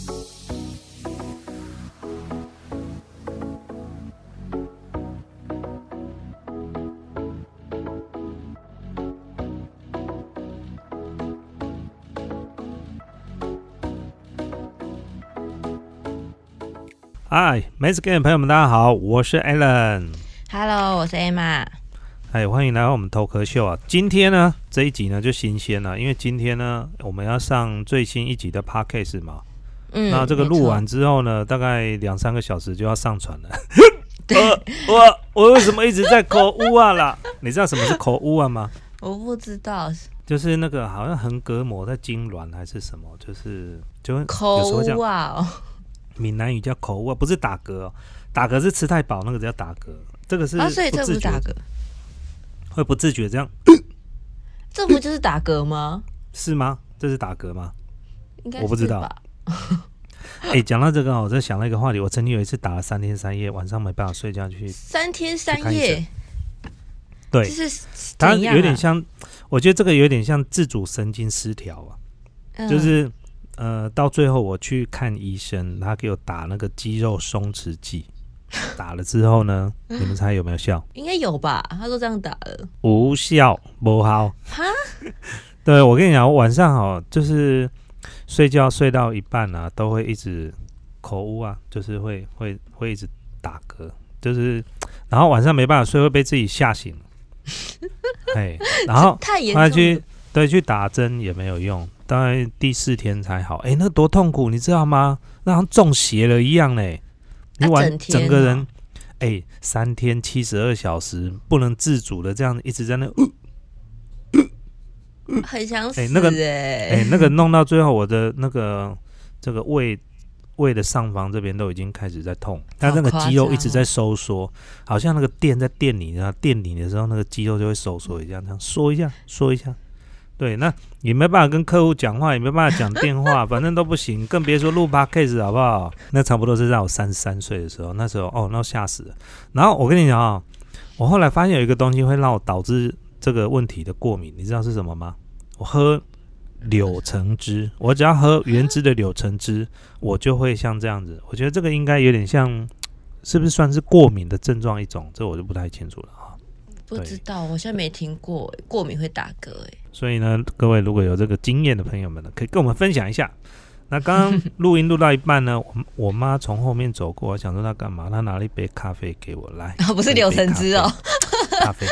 嗨，梅子 Game 的朋友们，大家好，我是 Alan。Hello， 我是 Emma。 欢迎来到我们头壳秀啊！今天呢，这一集呢就新鲜了，因为今天呢，我们要上最新一集的 Podcast 嘛。那这个录完之后呢，大概2-3个小时就要上传了。我为什么一直在口误啊啦？你知道什么是口误啊吗？ 我不知道， 就是那个好像横膈膜在痉挛还是什么，就口误啊。 闽南语叫口误，不是打嗝哦，打嗝是吃太饱，那个叫打嗝。这个是所以这不是打嗝， 会不自觉这样。 这不就是打嗝吗？ 是吗？这是打嗝吗？ 应该是吧， 我不知道。讲到这个，我在想到一个话题。我曾经有一次打了3天3夜，晚上没办法睡觉去。 3天3夜， 对， 就是它有点像，我觉得这个有点像自主神经失调啊，就是。到最后我去看医生，他给我打那个肌肉松弛剂，打了之后呢，你们猜有没有效？ 应该有吧？他都这样打了， 无效，不好。 哈？ 对，我跟你讲，我晚上就是睡觉睡到一半啊，都会一直口误啊，就是会一直打嗝，就是然后晚上没办法睡，会被自己吓醒。然后太严重了， 去打针也没有用。大概第4天才好，那多痛苦，你知道吗？那像中邪了一样嘞！你整个人，3天72小时不能自主的这样一直在那， 很想死那个弄到最后，我的那个这个胃的上方这边都已经开始在痛，但那个肌肉一直在收缩，好像那个电在电你，然后电你的时候，那个肌肉就会收缩一下，这样缩一下，缩一下。对，那也没办法跟客户讲话，也没办法讲电话，反正都不行，更别说录 podcast 好不好？那差不多是在我33岁的时候，那时候那吓死了。然后我跟你讲啊，我后来发现有一个东西会让我导致这个问题的过敏，你知道是什么吗？我喝柳橙汁，我只要喝原汁的柳橙汁，我就会像这样子。我觉得这个应该有点像，是不是算是过敏的症状一种？这我就不太清楚了啊。 不知道，我现在没听过过敏会打嗝所以呢，各位如果有这个经验的朋友们呢，可以跟我们分享一下。那刚刚录音录到一半呢，我妈从后面走过，想说她干嘛？她拿了一杯咖啡给我来， 不是柳橙汁哦， 咖啡。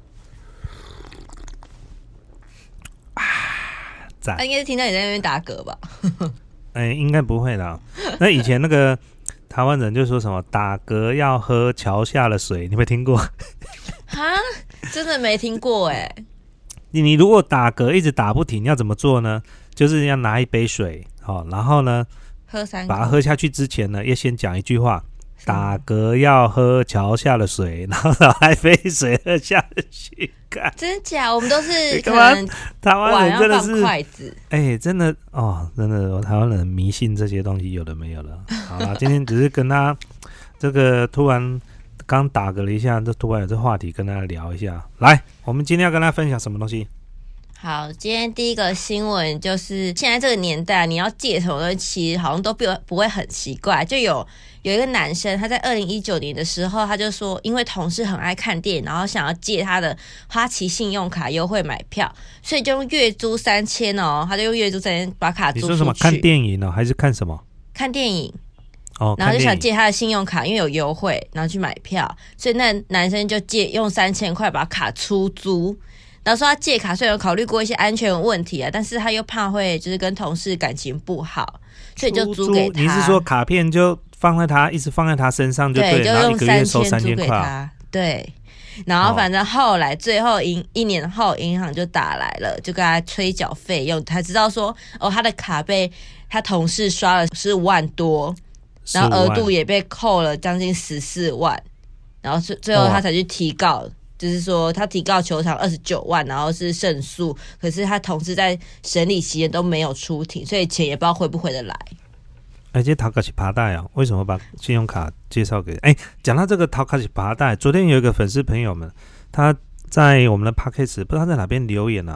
赞！ 她应该是听到你在那边打嗝吧？ 应该不会啦。那以前那个台湾人就说什么打嗝要喝桥下的水，你没听过？ 哈，真的没听过你如果打嗝一直打不停，要怎么做呢？就是要拿一杯水，然后呢，把它喝下去之前呢，要先讲一句话：打嗝要喝桥下的水，然后拿一杯水喝下去。 真假？我们都是可能台湾人真的是筷子， 真的真的，我台湾人迷信这些东西，有的没有的。好啦，今天只是跟他这个突然。刚打嗝了一下，就突然有这话题跟大家聊一下。来，我们今天要跟大家分享什么东西？ 好，今天第一个新闻就是现在这个年代，你要戒什么东西，其实好像都不会很奇怪。就有一个男生，他在2019年的时候，他就说，因为同事很爱看电影，然后想要借他的花旗信用卡优惠买票，所以就用月租3000哦，他就用月租3000把卡租出去。 你说什么？看电影还是看什么？ 看电影。然后就想借他的信用卡，因为有优惠，然后去买票，所以那男生就用3000块把卡出租。然后说他借卡虽然有考虑过一些安全问题啊，但是他又怕会就是跟同事感情不好，所以就租给他。 你是说卡片就一直放在他身上就对， 就用3000租给他，对。然后反正后来最后1年后，银行就打来了，就跟他催缴费用，才知道说他的卡被他同事刷了15万多。然后额度也被扣了将近14万，然后最后他才去提告，就是说他提告求偿29万，然后是胜诉，可是他同事在审理期间都没有出庭，所以钱也不知道回不回得来。 这陶卡西爬带啊，为什么把信用卡介绍给？讲到这个陶卡西爬带，昨天有一个粉丝朋友们，他在我们的 podcast 不知道在哪边留言啊，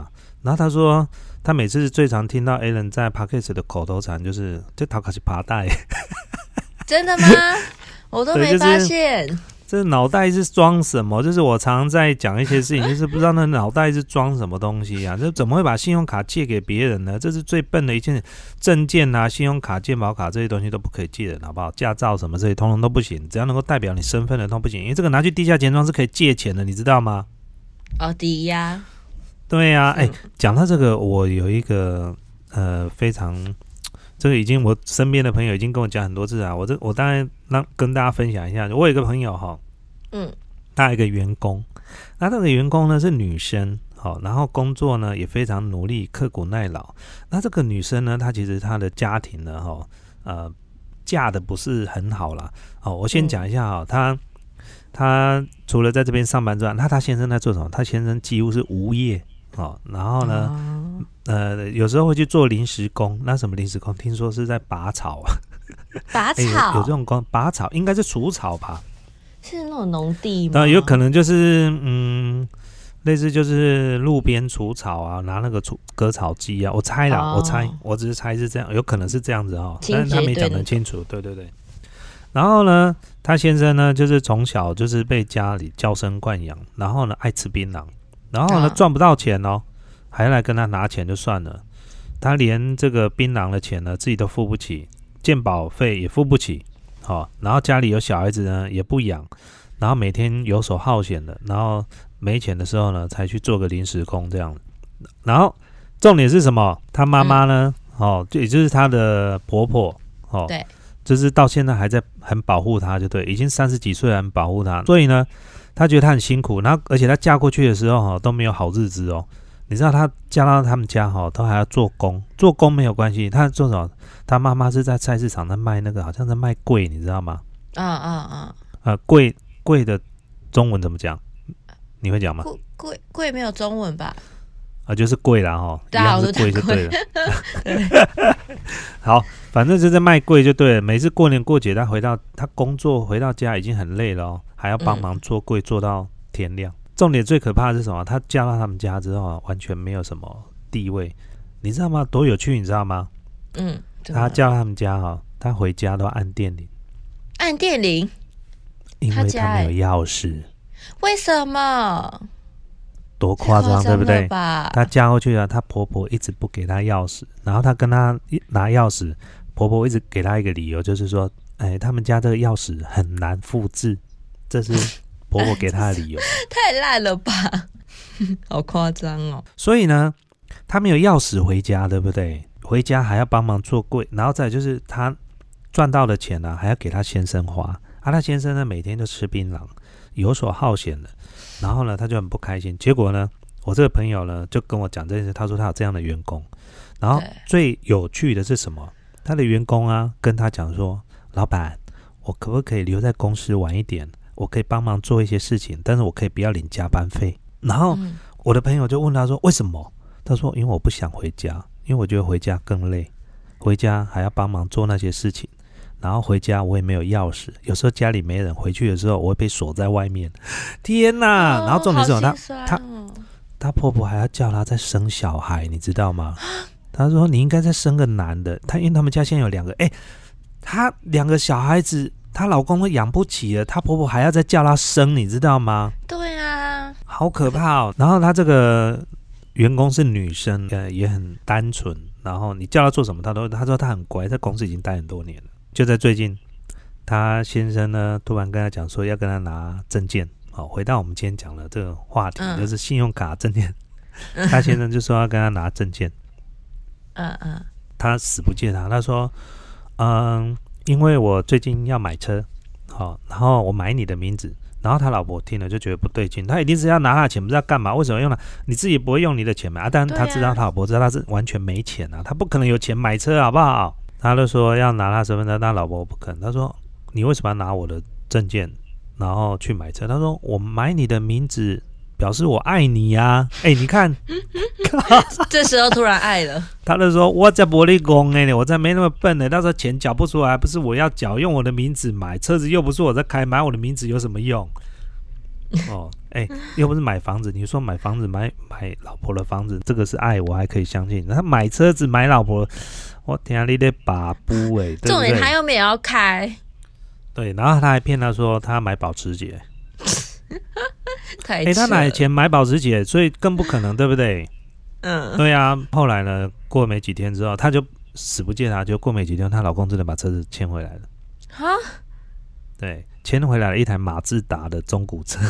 然后他说他每次最常听到 Alan 在 Podcast 的口头禅就是这头壳是爬带。 真的吗？我都没发现。 这脑袋是装什么？就是我常常在讲一些事情，就是不知道那脑袋是装什么东西啊？这怎么会把信用卡借给别人呢？这是最笨的一件，证件啊、信用卡、健保卡这些东西都不可以借人，好不好？驾照什么这些通通都不行，只要能够代表你身份的都不行，因为这个拿去地下钱庄是可以借钱的，你知道吗？ 哦，抵押。 对啊，讲到这个，我有一个非常。这个已经我身边的朋友已经跟我讲很多次啊，我当然跟大家分享一下。我有一个朋友哈，他有一个员工，那这个员工呢是女生，好，然后工作呢也非常努力，刻苦耐劳。那这个女生呢，她其实她的家庭呢，嫁的不是很好啦。我先讲一下哈，她除了在这边上班之外，那她先生在做什么？她先生几乎是无业。然后呢，有时候会去做临时工。那什么临时工？听说是在拔草啊。 拔草？ 有这种工？拔草应该是除草吧？ 是那种农地吗？ 有可能就是类似就是路边除草啊，拿那个割草机啊。我猜啦，我只是猜是这样，有可能是这样子但是他没讲得清楚。对。然后呢，他先生呢，就是从小就是被家里娇生惯养，然后呢爱吃槟榔。然后呢，赚不到钱还来跟他拿钱就算了，他连这个槟榔的钱呢自己都付不起，健保费也付不起，然后家里有小孩子呢也不养，然后每天游手好闲的，然后没钱的时候呢才去做个临时工这样。然后重点是什么？他妈妈呢，也就是他的婆婆， 对， 就是到现在还在很保护他，就对，已经30几岁了，很保护他，所以呢。她觉得她很辛苦，然后而且她嫁过去的时候都没有好日子你知道她嫁到他们家都还要做工，做工没有关系，她做什么？她妈妈是在菜市场在卖那个，好像在卖柜，你知道吗？柜的中文怎么讲？你会讲吗？ 柜没有中文吧？ 就是柜啦一样是柜就对了。好，反正就在卖柜就对了。每次过年过节，她工作回到家已经很累了还要帮忙做柜做到天亮。重点最可怕的是什么？她嫁到他们家之后完全没有什么地位，你知道吗？多有趣，你知道吗？她嫁到他们家她回家都按电铃。 按电铃？ 因为她没有钥匙。 为什么？ 多夸张，对不对？她嫁过去她婆婆一直不给她钥匙，然后她跟她拿钥匙，婆婆一直给她一个理由，就是说，他们家这个钥匙很难复制，这是婆婆给她的理由。 太烂了吧，好夸张所以呢，她没有钥匙回家，对不对？回家还要帮忙做柜，然后再就是她赚到的钱还要给她先生花。她先生呢，每天就吃槟榔，游手好闲的。然后呢，他就很不开心。结果呢，我这个朋友呢就跟我讲这件事，他说他有这样的员工。然后最有趣的是什么？他的员工跟他讲说，老板，我可不可以留在公司晚一点？我可以帮忙做一些事情，但是我可以不要领加班费。然后我的朋友就问他说，为什么？他说，因为我不想回家，因为我觉得回家更累，回家还要帮忙做那些事情。然后回家我也没有钥匙，有时候家里没人，回去的时候我会被锁在外面。天哪！然后重点是什么？她婆婆还要叫她再生小孩，你知道吗？她说你应该再生个男的。因为他们家现在有2个，她2个小孩子，她老公都养不起了，她婆婆还要再叫她生，你知道吗？ 对啊， 好可怕然后她这个员工是女生，也很单纯。然后你叫她做什么，她说她很乖，在公司已经待很多年了。就在最近，他先生呢突然跟他讲说要跟他拿证件。回到我们今天讲的这个话题，就是信用卡证件。他先生就说要跟他拿证件。他死不借他，他说，因为我最近要买车，然后我买你的名字。然后他老婆听了就觉得不对劲，他一定是要拿他的钱，不知道干嘛？为什么用他？你自己不会用你的钱买但他知道他老婆知道他是完全没钱他不可能有钱买车，好不好？他就说要拿他身份证，他老婆不肯。他说你为什么要拿我的证件，然后去买车？他说我买你的名字表示我爱你啊。你看这时候突然爱了。 他就说我在玻璃工我才没那么笨到时候钱缴不出来，不是我要缴，用我的名字买车子又不是我在开，买我的名字有什么用？ 哦，又不是买房子，你说买房子买老婆的房子，这个是爱，我还可以相信。他买车子买老婆，我天你在把布对不对？ 重点他又没有要开， 对，然后他还骗他说他买保时捷， 太扯了他哪来钱买保时捷？所以更不可能，对不对？对啊。后来呢，过没几天之后，他就死不见他，就过没几天，她老公真的把车子牵回来了。 哈， 对，牵回来了一台马自达的中古车。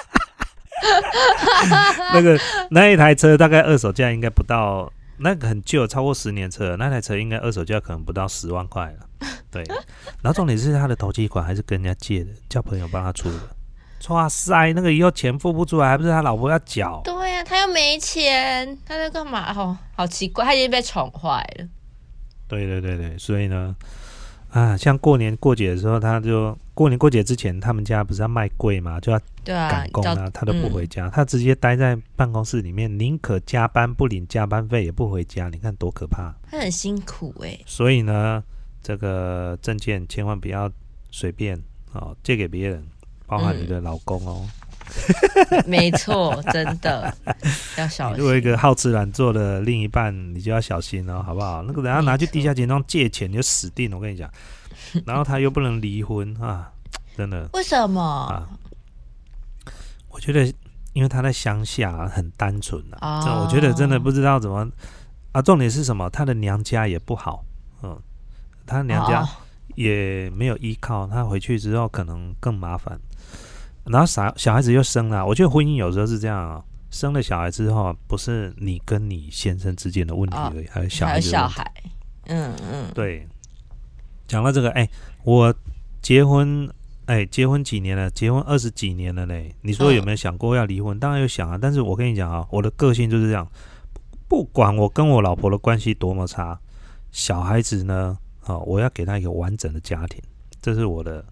那一台车大概二手价应该不到，那个很旧，超过10年车，那台车应该二手价可能不到10万块了。对，然后重点是他的头期款还是跟人家借的，叫朋友帮他出的。哇塞，那个以后钱付不出来，还不是他老婆要缴？ 对呀、他又没钱，他在干嘛？好奇怪，他已经被宠坏了。 对，所以呢，像过年过节的时候，他就过年过节之前，他们家不是要卖柜嘛，就要赶工啊，他都不回家，他直接待在办公室里面，宁可加班不领加班费也不回家，你看多可怕！ 他很辛苦所以呢，这个证件千万不要随便借给别人，包含你的老公哦。 没错，真的要小心。 如果一个好吃懒做的另一半，你就要小心哦，好不好？那个等下拿去地下钱庄借钱，你就死定了，我跟你讲。然后他又不能离婚啊，真的。 为什么？ 我觉得，因为他在乡下很单纯我觉得真的不知道怎么重点是什么？他的娘家也不好，他娘家也没有依靠，他回去之后可能更麻烦。然后小孩子又生了，我觉得婚姻有时候是这样生了小孩之后，不是你跟你先生之间的问题而已，还有小孩子的问题。对。讲到这个，我结婚几年了？结婚20几年了嘞。你说有没有想过要离婚？当然有想啊，但是我跟你讲我的个性就是这样，不管我跟我老婆的关系多么差，小孩子呢，我要给他一个完整的家庭，这是我的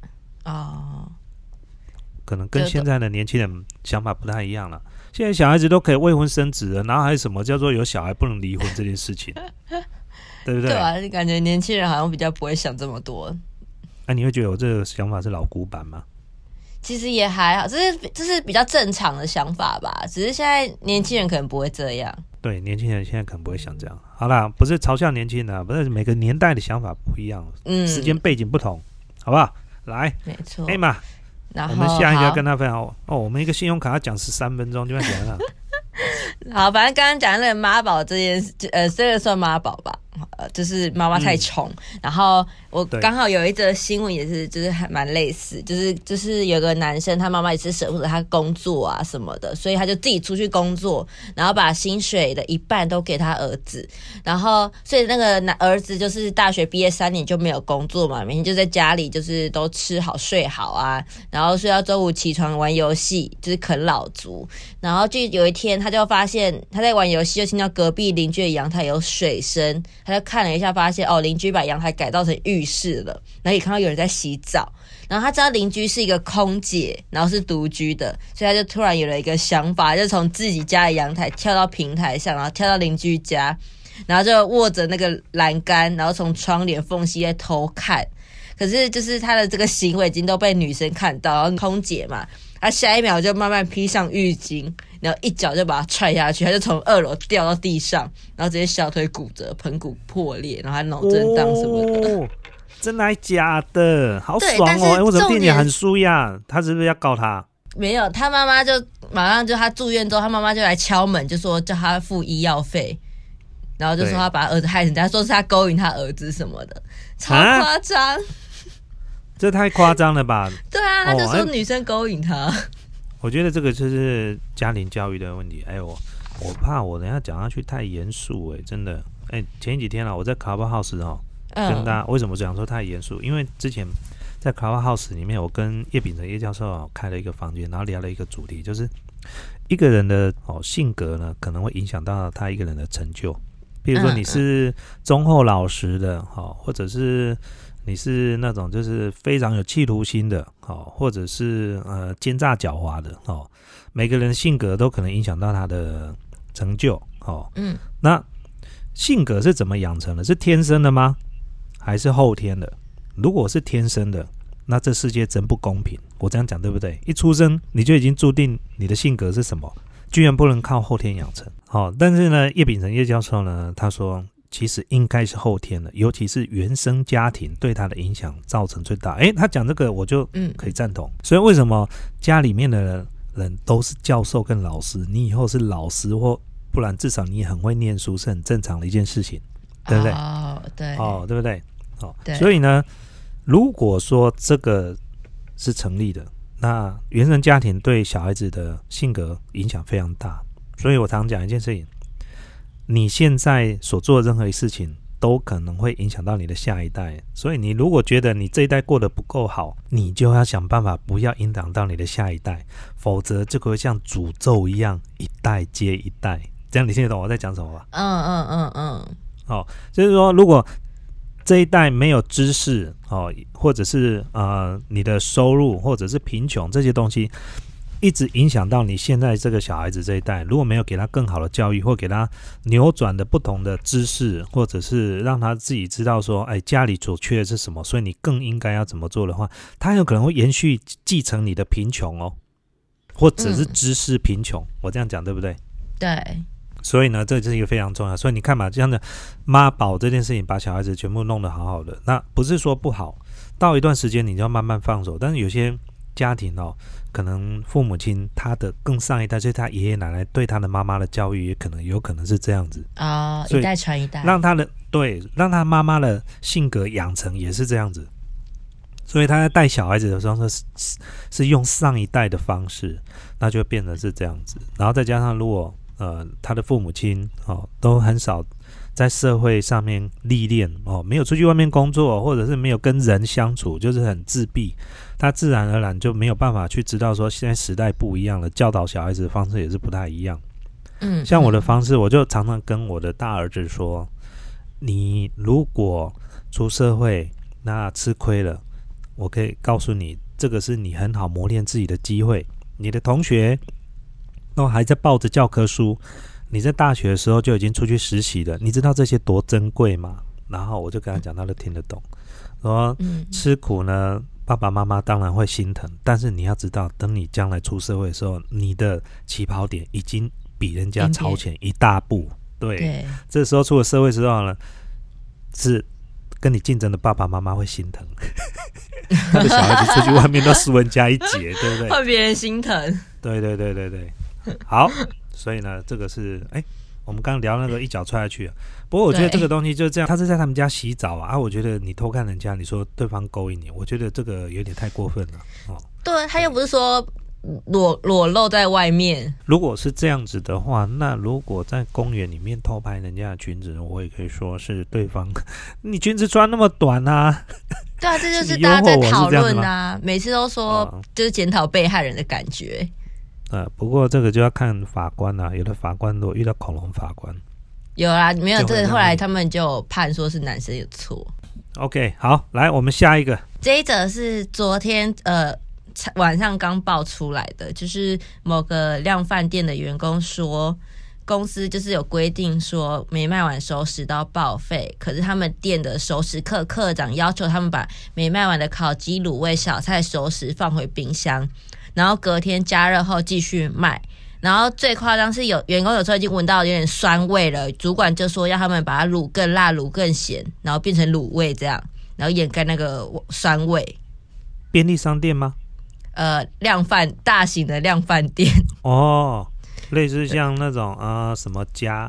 可能跟现在的年轻人想法不太一样了。现在小孩子都可以未婚生子了，然后还有什么叫做有小孩不能离婚这件事情，对不对？ 对啊，感觉年轻人好像比较不会想这么多。 你会觉得我这个想法是老古板吗？ 其实也还好，这是比较正常的想法吧。只是现在年轻人可能不会这样。 对，年轻人现在可能不会想这样。好啦，不是嘲笑年轻人，不是每个年代的想法不一样，时间背景不同，好不好？来， 没错。 嘛。我们下一个要跟他分享我们一个信用卡要讲13分钟就要讲了。 好，反正刚刚讲那个妈宝这件事，这个算妈宝吧，就是妈妈太宠。然后我刚好有一则新闻也是，就是还蛮类似，就是有个男生，他妈妈也是舍不得他工作啊什么的，所以他就自己出去工作，然后把薪水的一半都给他儿子。然后所以那个儿子就是大学毕业3年就没有工作嘛，每天就在家里就是都吃好睡好啊，然后睡到周5起床玩游戏，就是啃老族。然后就有一天他就发现他在玩游戏，就听到隔壁邻居的阳台有水声，他就看了一下，发现邻居把阳台改造成浴室了，然后也看到有人在洗澡。然后他知道邻居是一个空姐，然后是独居的，所以他就突然有了一个想法，就从自己家的阳台跳到平台上，然后跳到邻居家，然后就握着那个栏杆，然后从窗帘缝隙在偷看。可是就是他的这个行为已经都被女生看到，然后空姐嘛，他下一秒就慢慢披上浴巾，然后一脚就把他踹下去，他就从2楼掉到地上，然后直接小腿骨折、盆骨破裂，然后还脑震荡什么的。 真的还假的？好爽我怎么听起来很舒压？他是不是要告他？ 没有，他妈妈就马上就他住院之后，他妈妈就来敲门，就说叫他付医药费，然后就说他把儿子害成这样，说是他勾引他儿子什么的，超夸张。 这太夸张了吧？ 对啊，他就说女生勾引他。 我觉得这个就是家庭教育的问题。我怕我等一下讲下去太严肃真的。前几天我在 Clubhouse 跟大家为什么讲说太严肃？因为之前在 Clubhouse 里面，我跟叶秉成叶教授开了一个房间，然后聊了一个主题，就是一个人的性格呢，可能会影响到他一个人的成就。比如说你是忠厚老实的，或者是你是那种就是非常有企图心的，或者是奸诈狡猾的，每个人性格都可能影响到他的成就。那性格是怎么养成的？是天生的吗？还是后天的？如果是天生的， 那这世界真不公平。我这样讲对不对？一出生你就已经注定你的性格是什么，居然不能靠后天养成。但是呢，叶丙成叶教授呢，他说其实应该是后天的，尤其是原生家庭对他的影响造成最大。他讲这个我就可以赞同。所以为什么家里面的人都是教授跟老师，你以后是老师，或不然至少你也很会念书，是很正常的一件事情，对不对？对，对不对？对。所以呢，如果说这个是成立的，那原生家庭对小孩子的性格影响非常大。所以我常讲一件事情，你现在所做的任何事情都可能会影响到你的下一代。所以你如果觉得你这一代过得不够好，你就要想办法不要影响到你的下一代，否则就会像诅咒一样一代接一代。这样你听得懂我在讲什么吧？就是说如果这一代没有知识，或者是你的收入或者是贫穷这些东西一直影响到你现在这个小孩子这一代，如果没有给他更好的教育，或给他扭转的不同的知识，或者是让他自己知道说家里所缺的是什么，所以你更应该要怎么做的话，他有可能会延续继承你的贫穷或者是知识贫穷。我这样讲对不对？ 对。 所以呢，这就是一个非常重要。所以你看嘛，这样的妈宝这件事情，把小孩子全部弄得好好的，那不是说不好，到一段时间你就要慢慢放手。但是有些家庭可能父母亲他的更上一代，所以他爷爷奶奶对他的妈妈的教育也有可能是这样子一代传一代， 让他妈妈的性格养成也是这样子。所以他在带小孩子的时候是用上一代的方式，那就变成是这样子。然后再加上如果他的父母亲都很少在社会上面历练没有出去外面工作，或者是没有跟人相处，就是很自闭，他自然而然就没有办法去知道说现在时代不一样了，教导小孩子的方式也是不太一样。像我的方式，我就常常跟我的大儿子说，你如果出社会那吃亏了，我可以告诉你，这个是你很好磨练自己的机会。你的同学都还在抱着教科书，你在大学的时候就已经出去实习了，你知道这些多珍贵吗？然后我就跟他讲，他都听得懂。说吃苦呢，爸爸妈妈当然会心疼，但是你要知道，等你将来出社会的时候，你的起跑点已经比人家超前一大步。对，这时候出了社会之后呢，是跟你竞争的爸爸妈妈会心疼。他的小孩子出去外面都输人家一截，对不对？ 会别人心疼。 对。好，所以呢，这个是我们刚刚聊那个一脚踹下去。不过我觉得这个东西就是这样，他是在他们家洗澡我觉得你偷看人家，你说对方勾引你，我觉得这个有点太过分了对，他又不是说裸露在外面。 如果是这样子的话，那如果在公园里面偷拍人家的裙子，我也可以说是对方你裙子穿那么短对啊，这就是大家在讨论每次都说就是检讨被害人的感觉。 不过这个就要看法官有的法官如果遇到恐龙法官， 有啦，没有这个后来他们就判说是男生有错。 OK， 好，来我们下一个。 这一则是昨天晚上刚爆出来的，就是某个量贩店的员工说，公司就是有规定说没卖完熟食都要报废，可是他们店的熟食课课长要求他们把没卖完的烤鸡、卤味、小菜、熟食放回冰箱，然后隔天加热后继续卖。然后最夸张是有员工有时候已经闻到有点酸味了，主管就说要他们把它卤更辣、卤更咸，然后变成卤味这样，然后掩盖那个酸味。 便利商店吗？ 大型的量贩店类似像那种什么家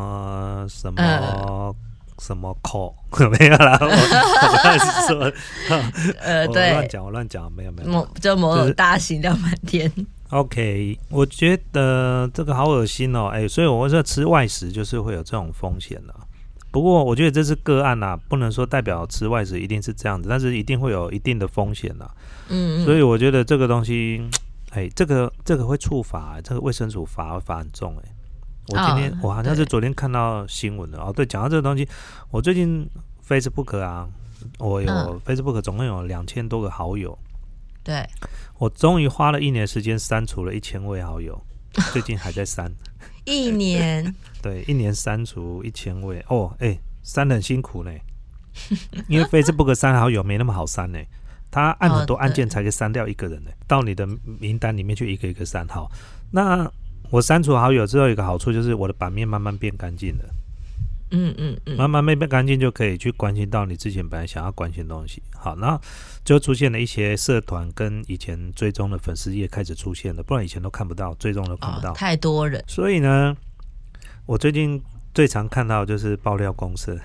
什么口没有啦，我乱说我乱讲，没有， 就某种大型量贩店。 OK， 我觉得这个好恶心所以我说吃外食就是会有这种风险不过我觉得这是个案不能说代表吃外食一定是这样子，但是一定会有一定的风险所以我觉得这个东西这个会触罚，这个卫生署罚很重我好像是昨天看到新闻的对，讲到这个东西，我最近 Facebook 我有Facebook 总共有2000多个好友， 对， 我终于花了1年时间删除了1000位好友，最近还在删。 1年？ 对，1年删除1000位删得很辛苦呢，因为 Facebook 删好友没那么好删呢， 他按很多按键才可以删掉一个人到你的名单里面去一个一个删。好，那我删除好友之后，有一个好处就是我的版面慢慢变干净了。慢慢变干净就可以去关心到你之前本来想要关心的东西。好，然后就出现了一些社团跟以前追踪的粉丝页开始出现了，不然以前都看不到，追踪都看不到， 太多人。 所以呢，我最近最常看到就是爆料公社。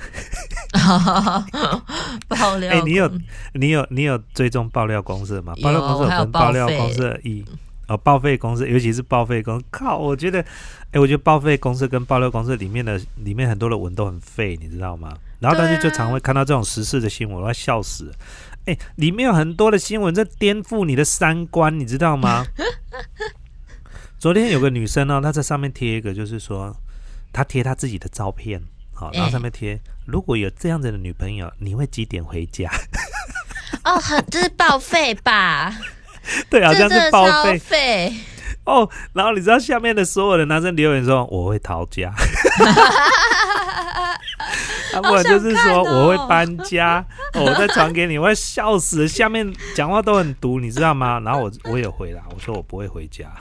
爆料， 你有追踪爆料公社吗？爆料公社有分爆料公社报废公司，尤其是报废公司，靠！我觉得报废公司跟爆料公司里面很多的文都很废，你知道吗？然后但是就常会看到这种时事的新闻，我要笑死了。里面有很多的新闻在颠覆你的三观，你知道吗？昨天有个女生呢，她在上面贴一个，就是说她贴她自己的照片，好，然后上面贴，如果有这样子的女朋友，你会几点回家？ 这是报废吧？ 对，好像是报废然后你知道下面的所有的男生留言说我会逃家，不然就是说我会搬家，我再传给你，我会笑死了。下面讲话都很毒，你知道吗？然后我也回啦，我说我不会回家。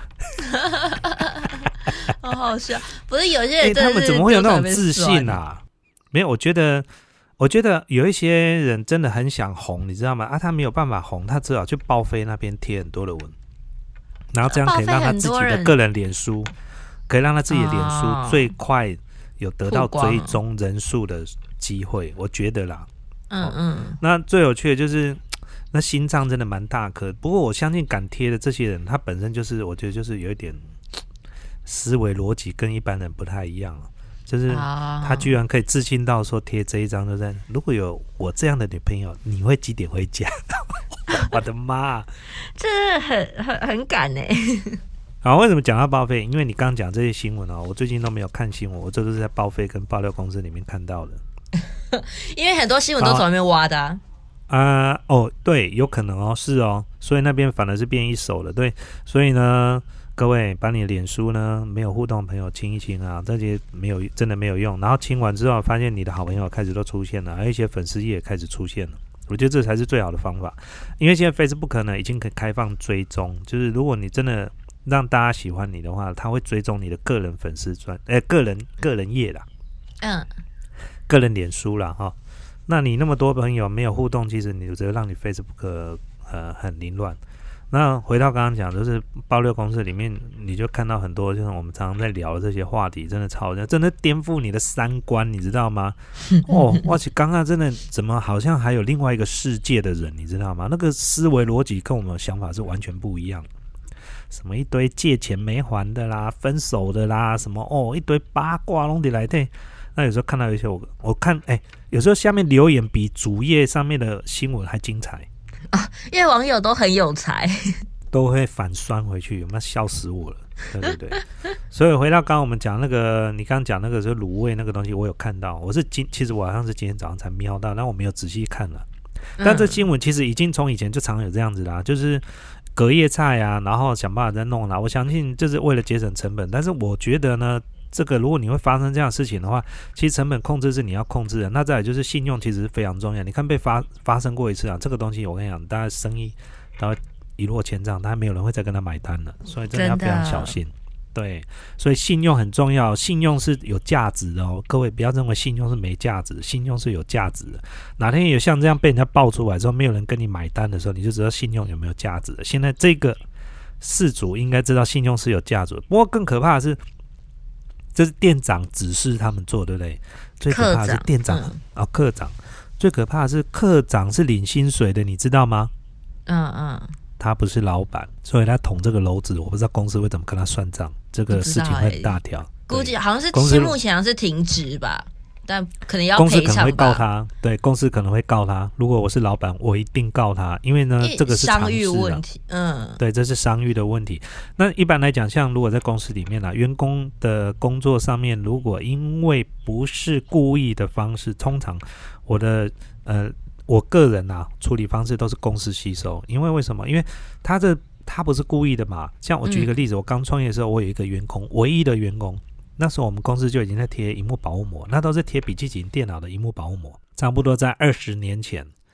好好笑，不是有些人真的是他们怎么会有那种自信啊？没有，我觉得有一些人真的很想红，你知道吗？他没有办法红，他只好去报废那边贴很多的文，然后这样可以让他自己的个人脸书，可以让他自己的脸书最快有得到追踪人数的机会，我觉得啦。那最有趣的就是那心脏真的蛮大颗，不过我相信敢贴的这些人，他本身就是我觉得就是有一点思维逻辑跟一般人不太一样。就是他居然可以自信到说贴这一张，就是如果有我这样的女朋友，你会几点回家？我的妈， 这很敢好，为什么讲到报废？因为你刚刚讲这些新闻我最近都没有看新闻，我这都是在报废跟爆料公司里面看到的。 因为很多新闻都从那边挖的对，有可能是所以那边反而是变一手了。对，所以呢，各位把你的脸书呢没有互动的朋友清一清啊，这些真的没有用。然后清完之后，发现你的好朋友开始都出现了，还有一些粉丝页也开始出现了。我觉得这才是最好的方法，因为现在 Facebook 呢已经可以开放追踪，就是如果你真的让大家喜欢你的话，他会追踪你的个人粉丝个人页啦，个人脸书啦哈。那你那么多朋友没有互动，其实你就只会让你 Facebook 很凌乱。那回到刚刚讲，就是爆料公司里面，你就看到很多，就是我们常常在聊的这些话题，真的真的颠覆你的三观，你知道吗？我去刚刚真的怎么好像还有另外一个世界的人，你知道吗？那个思维逻辑跟我们的想法是完全不一样的。什么一堆借钱没还的啦，分手的啦，什么一堆八卦弄得来对。那有时候看到一些我看有时候下面留言比主页上面的新闻还精彩。 因为网友都很有才， 都会反酸回去，有没有笑死我了？对，所以回到刚刚我们讲那个，你刚刚讲那个是卤味那个东西，我有看到，其实我好像是今天早上才瞄到，但我没有仔细看了。但这新闻其实已经从以前就常有这样子啦，就是隔夜菜啊，然后想办法再弄啦。我相信就是为了节省成本，但是我觉得呢，这个如果你会发生这样的事情的话，其实成本控制是你要控制的。那再来就是信用，其实是非常重要。你看被发生过一次啊，这个东西我跟你讲，大家生意它会一落千丈，大家没有人会再跟他买单了，所以真的要非常小心。对，所以信用很重要，信用是有价值的各位不要认为信用是没价值的，信用是有价值的。哪天有像这样被人家爆出来之后，没有人跟你买单的时候，你就知道信用有没有价值的。现在这个事主应该知道信用是有价值的，不过更可怕的是，这是店长指示他们做，对不对？最可怕的是店长科长，最可怕的是科长是领薪水的，你知道吗？他不是老板，所以他捅这个篓子，我不知道公司会怎么跟他算账，这个事情会很大条。 估计好像是目前好像是停职吧，但可能要赔偿吧。 公司可能会告他，对，公司可能会告他。如果我是老板，我一定告他，因为呢，这个是商誉问题。 对，这是商誉的问题。那一般来讲，像如果在公司里面员工的工作上面，如果因为不是故意的方式，通常我个人处理方式都是公司吸收，因为为什么？因为他不是故意的嘛。像我举一个例子，我刚创业的时候，我有一个员工，唯一的员工，那时候我们公司就已经在贴萤幕保护膜，那都是贴笔记型电脑的萤幕保护膜，差不多在20年前。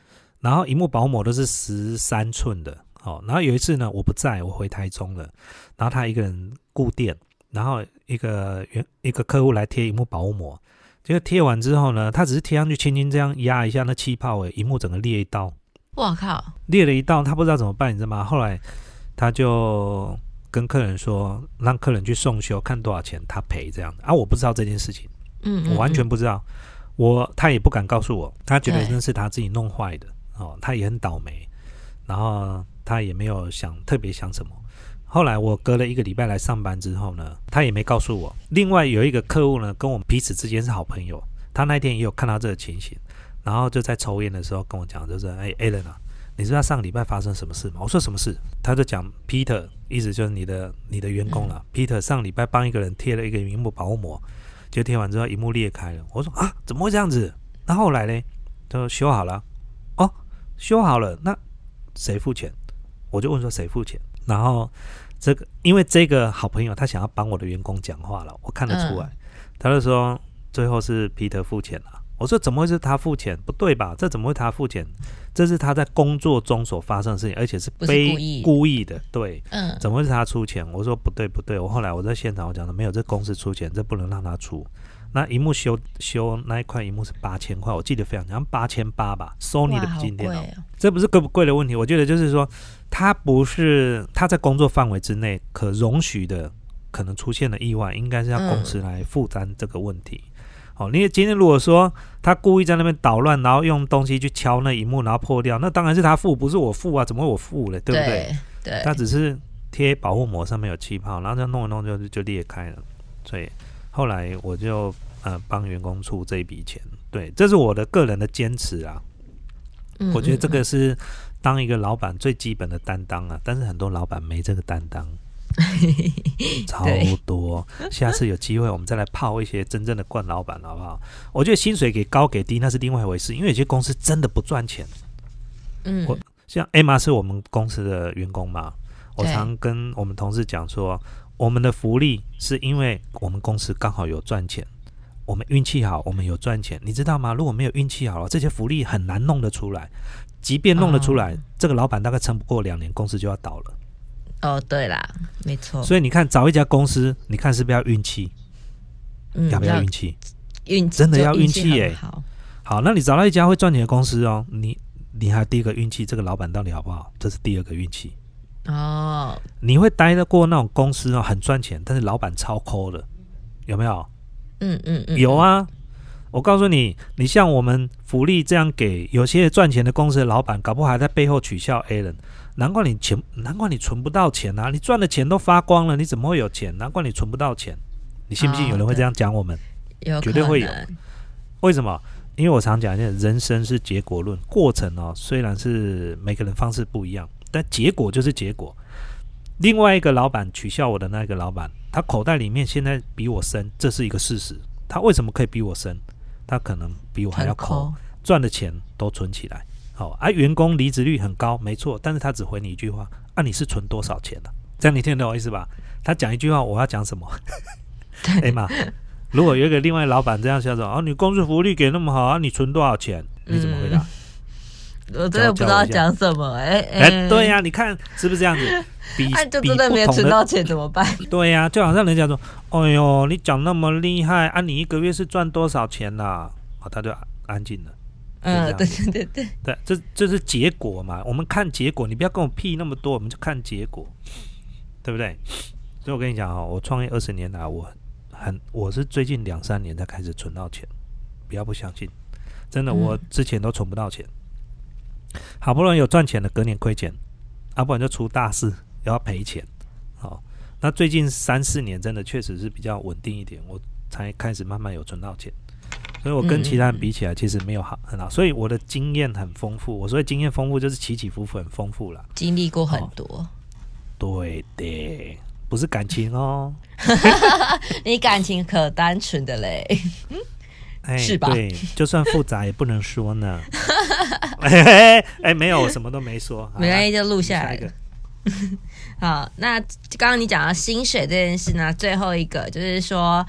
然后萤幕保护膜都是13寸的，然后有一次呢我不在，我回台中了，然后他一个人顾店，然后一个客户来贴萤幕保护膜，结果贴完之后呢，他只是贴上去轻轻这样压一下，那气泡萤幕整个裂一道， 哇靠， 裂了一道，他不知道怎么办，你知道吗？后来他就跟客人说，让客人去送修，看多少钱他赔这样啊，我不知道这件事情，我完全不知道，他也不敢告诉我，他觉得那是他自己弄坏的，他也很倒霉，然后他也没有特别想什么。后来我隔了1个礼拜来上班之后呢，他也没告诉我。另外有一个客户呢，跟我们彼此之间是好朋友，他那天也有看到这个情形，然后就在抽烟的时候跟我讲，就是Alan 啊，你知道上个礼拜发生什么事吗？我说什么事？他就讲 Peter， 意思就是你的员工了。Peter 上礼拜帮一个人贴了一个萤幕保护膜，就贴完之后萤幕裂开了。我说啊，怎么会这样子？那后来呢？他说修好了。哦，修好了，那谁付钱？我就问说谁付钱？然后因为这个好朋友他想要帮我的员工讲话了，我看得出来，他就说最后是 Peter 付钱了。我说怎么会是他付钱？不对吧？这怎么会他付钱？这是他在工作中所发生的事情，而且是故意的，对，怎么会是他出钱？我说不对，我后来我在现场我讲的没有，这公司出钱，这不能让他出。那萤幕修那一块萤幕是8000块，我记得非常像8800吧 ，Sony 的笔记电脑，这不是贵不贵的问题，我觉得就是说，它不是他在工作范围之内可容许的，可能出现的意外，应该是要公司来负担这个问题。你今天如果说他故意在那边捣乱，然后用东西去敲那萤幕，然后破掉，那当然是他付，不是我付啊，怎么会我付了，对不对？对，他只是贴保护膜上面有气泡，然后这弄一弄就裂开了，所以后来我就帮员工出这一笔钱，对，这是我的个人的坚持啊。我觉得这个是当一个老板最基本的担当啊，但是很多老板没这个担当，超多。下次有机会我们再来泡一些真正的惯老板，好不好？我觉得薪水给高给低那是另外一回事，因为有些公司真的不赚钱。像 Emma 是我们公司的员工嘛，我常跟我们同事讲说，我们的福利是因为我们公司刚好有赚钱，我们运气好，我们有赚钱，你知道吗？如果没有运气好，这些福利很难弄得出来，即便弄得出来，这个老板大概撑不过2年，公司就要倒了。 对啦，没错。所以你看，找一家公司，你看是不是要运气？要不要运气？真的要运气耶。好，那你找到一家会赚钱的公司哦，你还第一个运气，这个老板到底好不好？这是第二个运气。你会待得过那种公司哦，很赚钱，但是老板超抠的，有没有？有啊。我告诉你，你像我们福利这样给有些赚钱的公司的老板，搞不好还在背后取笑 Alan。难怪你存不到钱啊！你赚的钱都发光了，你怎么会有钱？难怪你存不到钱。你信不信有人会这样讲我们？绝对会有。为什么？因为我常讲，人生是结果论，过程虽然是每个人方式不一样，但结果就是结果。另外一个老板取笑我的那个老板，他口袋里面现在比我深，这是一个事实。他为什么可以比我深？他可能比我还要抠，赚的钱都存起来。员工离职率很高，没错，但是他只回你一句话：你是存多少钱啊？这样你听得懂我意思吧？他讲一句话，我要讲什么？嘛，如果有一个另外老板这样笑说：你公司福利给那么好你存多少钱？你怎么回答？ 我真的不知道讲什么。 对呀，你看是不是这样子？ 就真的没有存到钱怎么办？ 对呀，就好像人家说：哎呦，你讲那么厉害你一个月是赚多少钱啦？他就安静了。对，这是结果嘛，我们看结果，你不要跟我屁那么多，我们就看结果，对不对？所以我跟你讲我创业20年来，我是最近2-3年才开始存到钱，不要不相信，真的，我之前都存不到钱，好不容易有赚钱的，隔年亏钱，不然就出大事又要赔钱。那最近3-4年真的确实是比较稳定一点，我才开始慢慢有存到钱。所以我跟其他人比起来，其实没有很好，所以我的经验很丰富。我所谓经验丰富，就是起起伏伏很丰富啦， 经历过很多。 对的，不是感情哦。 你感情可单纯的嘞，是吧？ 对，就算复杂也不能说呢。没有，我什么都没说。 没关系，就录下来了。好，那刚刚你讲到薪水这件事呢，最后一个就是说，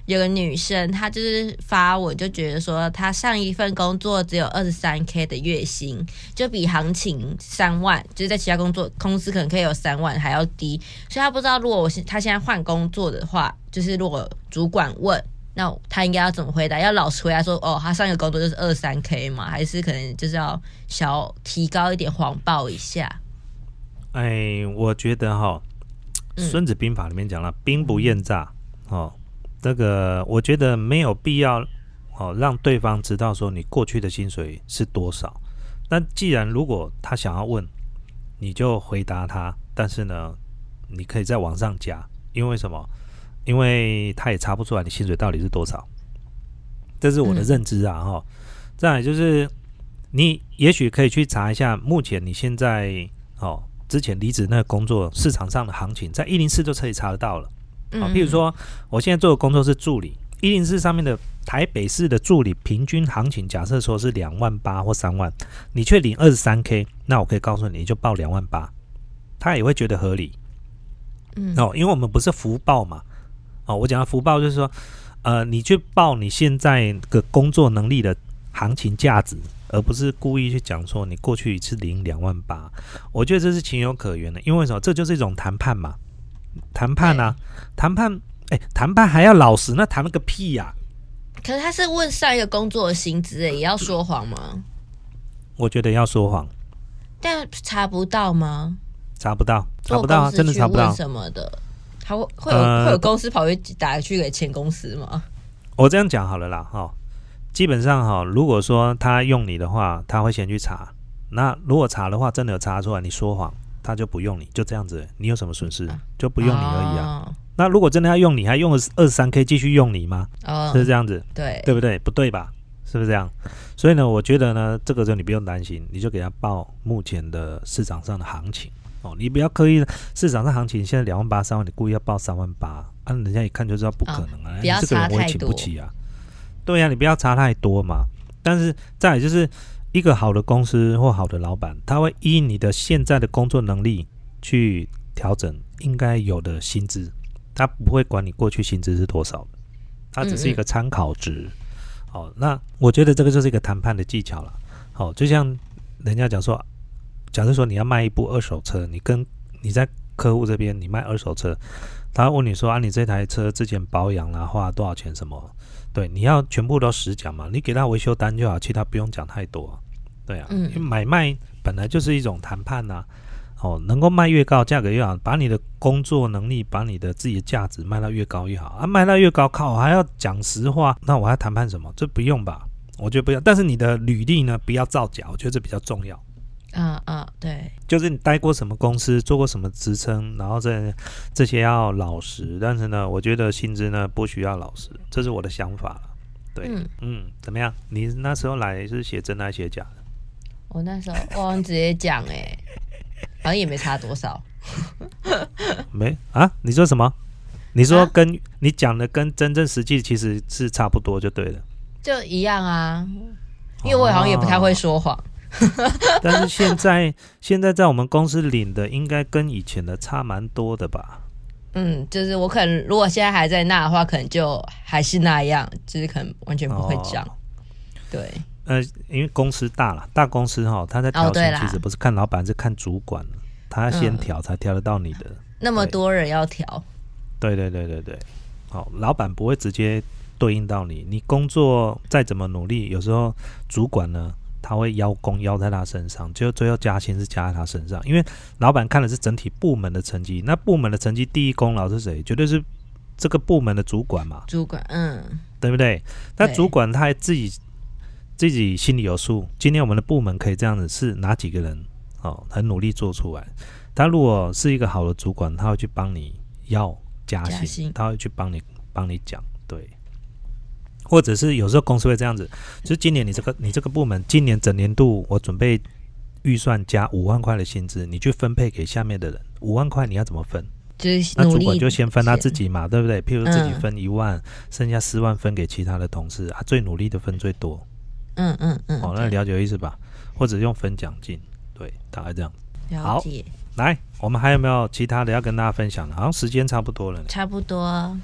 有个女生，她就是发文就觉得说，她上一份工作只有23K 的月薪，就比行情3万，就是在其他公司可能可以有3万还要低，所以她不知道如果她现在换工作的话，就是如果主管问，那她应该要怎么回答？要老实回答说，哦，她上一个工作就是23K 吗？还是可能就是要小提高一点，谎报一下？ 我觉得孙子兵法里面讲了，兵不厌诈这个我觉得没有必要让对方知道说你过去的薪水是多少。那既然如果他想要问，你就回答他，但是呢，你可以再往上加，因为什么？因为他也查不出来你薪水到底是多少，这是我的认知啊再来就是你也许可以去查一下，目前你现在之前离职那个工作市场上的行情，在104就可以查得到了。譬如说我现在做的工作是助理，104上面的台北市的助理平均行情假设说是2万8或3万，你却领 23K， 那我可以告诉你，你就报2万8，他也会觉得合理。因为我们不是福报嘛。我讲的福报就是说你去报你现在的工作能力的行情价值，而不是故意去讲说你过去一次领2万8，我觉得这是情有可原的。因为什么？这就是一种谈判嘛。谈判谈判还要老实，那谈了个屁呀！ 可是他是问上一个工作的薪资，也要说谎吗？ 我觉得要说谎， 但查不到吗？ 查不到啊，真的查不到。 什么的，他会有公司跑去打去给前公司吗？ 我这样讲好了啦，基本上如果说他用你的话，他会先去查。那如果查的话，真的有查出来你说谎，他就不用你，就这样子。你有什么损失？就不用你而已啊。那如果真的要用你，还用了23K 继续用你吗？是这样子，对不对？不对吧？是不是这样？所以呢，我觉得呢，这个就你不用担心，你就给他报目前的市场上的行情你不要刻意市场上行情现在2万8、3万，你故意要报3万8，人家一看就知道不可能啊， 不要这个人我也请不起啊。对啊，你不要差太多嘛。但是再来就是一个好的公司或好的老板，他会依你的现在的工作能力去调整应该有的薪资，他不会管你过去薪资是多少的，他只是一个参考值。那我觉得这个就是一个谈判的技巧了。就像人家讲说，假设说你要卖一部二手车，你在客户这边你卖二手车，他会问你说你这台车之前保养啦，花了多少钱什么？对，你要全部都实讲嘛，你给他维修单就好，其他不用讲太多。对啊，因为买卖本来就是一种谈判啊。能够卖越高，价格越好，把你的工作能力，把你的自己的价值卖到越高越好卖到越高，靠，还要讲实话，那我还谈判什么？这不用吧？我觉得不用。但是你的履历呢，不要造假，我觉得这比较重要。 对， 就是你待过什么公司，做过什么职称，然后这些要老实。但是呢，我觉得薪资呢不需要老实，这是我的想法了。对，怎么样？你那时候来是写真还是写假的？ 我那时候忘直接讲好像也没差多少。 没啊？你说什么？你说跟你讲的跟真正实际其实是差不多就对了， 就一样啊。因为我好像也不太会说谎。 但是现在在我们公司领的应该跟以前的差蛮多的吧？ 就是我可能如果现在还在那的话，可能就还是那样，就是可能完全不会涨。对。 因为公司大了，大公司他在调薪其实不是看老板，是看主管，他先调才调得到你的。 那么多人要调。 对。老板不会直接对应到你，你工作再怎么努力，有时候主管呢他会邀功邀在他身上，就最后加薪是加在他身上，因为老板看的是整体部门的成绩，那部门的成绩第一功劳是谁？绝对是这个部门的主管嘛。主管，对不对？那主管他还自己心里有数，今天我们的部门可以这样子，是哪几个人很努力做出来。他如果是一个好的主管，他会去帮你要加薪，他会去帮你讲，对。或者是有时候公司会这样子，就是今年你这个部门今年整年度我准备预算加5万块的薪资，你去分配给下面的人，5万块你要怎么分？就是那主管就先分他自己嘛，对不对？譬如自己分1万，剩下4万分给其他的同事最努力的分最多。那了解意思吧？或者用分奖金，对，大概这样。 了解。 来，我们还有没有其他的要跟大家分享的？好像时间差不多了。 差不多。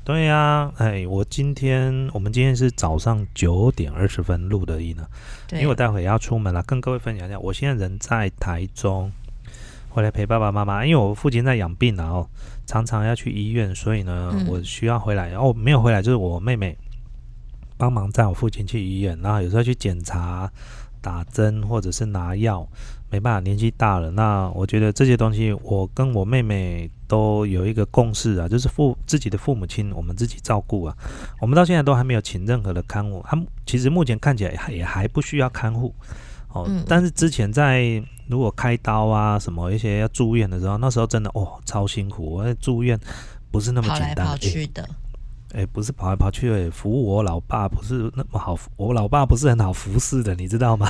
对呀，我们今天是早上9:20录的音呢，因为我待会要出门了，跟各位分享一下，我现在人在台中，回来陪爸爸妈妈，因为我父亲在养病，然后常常要去医院，所以呢，我需要回来，然后没有回来，就是我妹妹帮忙载我父亲去医院，然后有时候去检查、打针或者是拿药。没办法，年纪大了，那我觉得这些东西我跟我妹妹都有一个共识啊，就是自己的父母亲我们自己照顾啊，我们到现在都还没有请任何的看护，其实目前看起来也还不需要看护但是之前在如果开刀啊什么一些要住院的时候，那时候真的超辛苦，我住院不是那么简单， 跑来跑去的。 不是跑来跑去服务我老爸不是那么好，我老爸不是很好服侍的，你知道吗？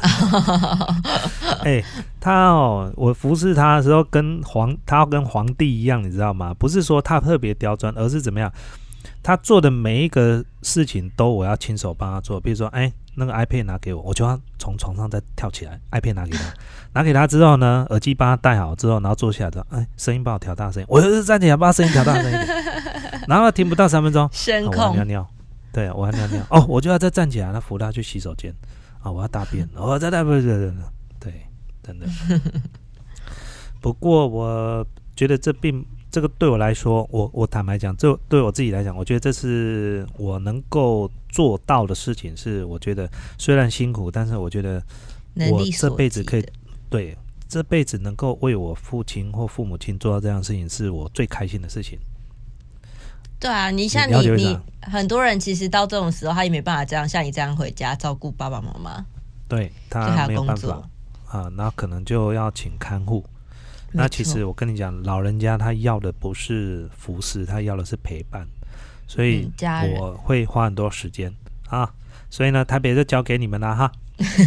我服侍他的时候他要跟皇帝一样，你知道吗？不是说他特别刁钻，而是怎么样？他做的每一个事情都我要亲手帮他做，比如说那个 iPad 拿给我就要从床上再跳起来 iPad 拿给他，拿给他之后呢，耳机帮他戴好之后，然后坐下来之后，声音帮我调大声音，我就是站起来把声音调大声一点，然后听不到3分钟，我要尿尿，对，我要尿尿，我就要再站起来，扶他去洗手间，我要大便，我再大便，对，真的。不过我觉得这个对我来说，我坦白讲，这对我自己来讲，我觉得这是我能够做到的事情，是我觉得虽然辛苦，但是我觉得我这辈子可以对这辈子能够为我父亲或父母亲做到这样的事情，是我最开心的事情。 对啊，你像你很多人其实到这种时候，他也没办法这样像你这样回家照顾爸爸妈妈， 对他没有办法那可能就要请看护。那其实我跟你讲，老人家他要的不是服侍，他要的是陪伴，所以我会花很多时间所以呢，台北就交给你们了哈。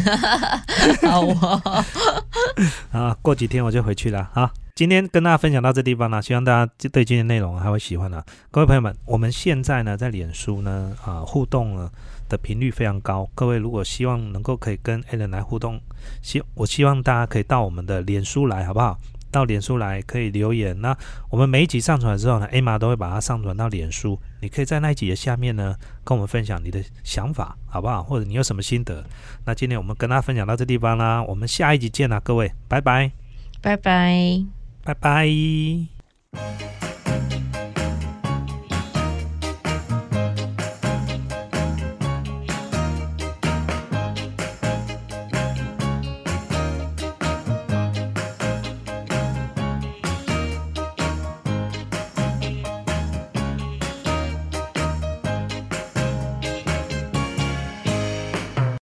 好过几天我就回去了今天跟大家分享到这地方了，希望大家对今天内容还会喜欢各位朋友们，我们现在呢在脸书呢互动呢的频率非常高，各位如果希望能够可以跟 Alan 来互动，我希望大家可以到我们的脸书来，好不好？到脸书来可以留言，那我们每一集上传之后呢 Emma 都会把它上传到脸书，你可以在那一集的下面呢跟我们分享你的想法，好不好？或者你有什么心得。那今天我们跟大家分享到这地方啦，我们下一集见啦，各位拜拜拜拜拜拜。